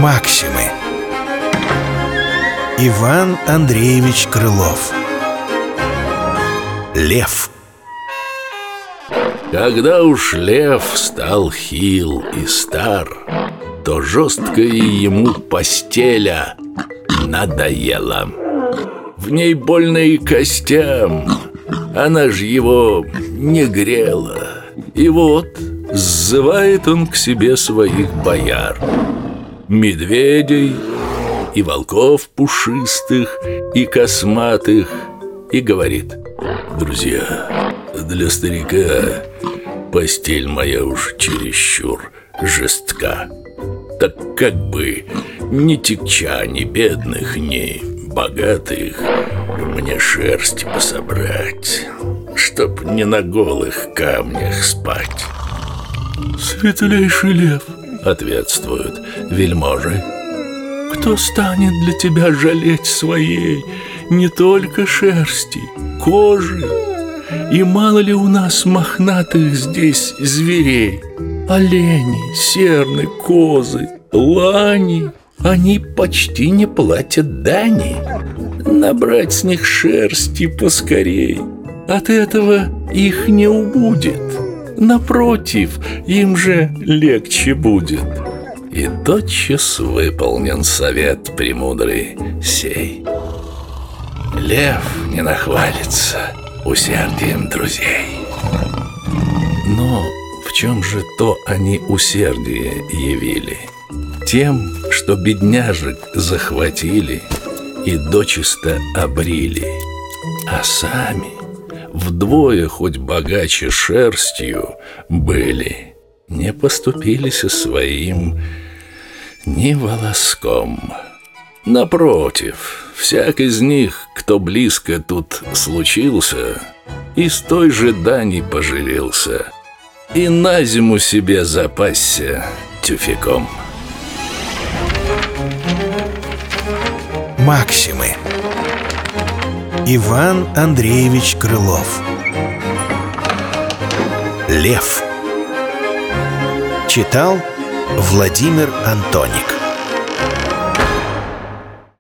Максимы. Иван Андреевич Крылов. Лев. Когда уж лев стал хил и стар, то жесткая ему постеля надоела. В ней больно и костям, она ж его не грела. И вот сзывает он к себе своих бояр, медведей и волков пушистых и косматых, и говорит: друзья, для старика постель моя уж чересчур жестка. Так как бы ни тягча, ни бедных, ни богатых мне шерсти пособрать, чтоб не на голых камнях спать. Светлейший лев, ответствуют вельможи, кто станет для тебя жалеть своей не только шерсти, кожи? И мало ли у нас мохнатых здесь зверей? Олени, серны, козы, лани. Они почти не платят дани. Набрать с них шерсти поскорей. От этого их не убудет. Напротив, им же легче будет. И тотчас выполнен совет премудрый сей. Лев не нахвалится усердием друзей. Но в чем же то они усердие явили? Тем, что бедняжек захватили и дочисто обрили, а сами вдвое хоть богаче шерстью были, не поступились своим ни волоском. Напротив, всяк из них, кто близко тут случился, из той же дани поживился и на зиму себе запасся тюфяком. Максимы. Иван Андреевич Крылов. Лев. Читал Владимир Антоник.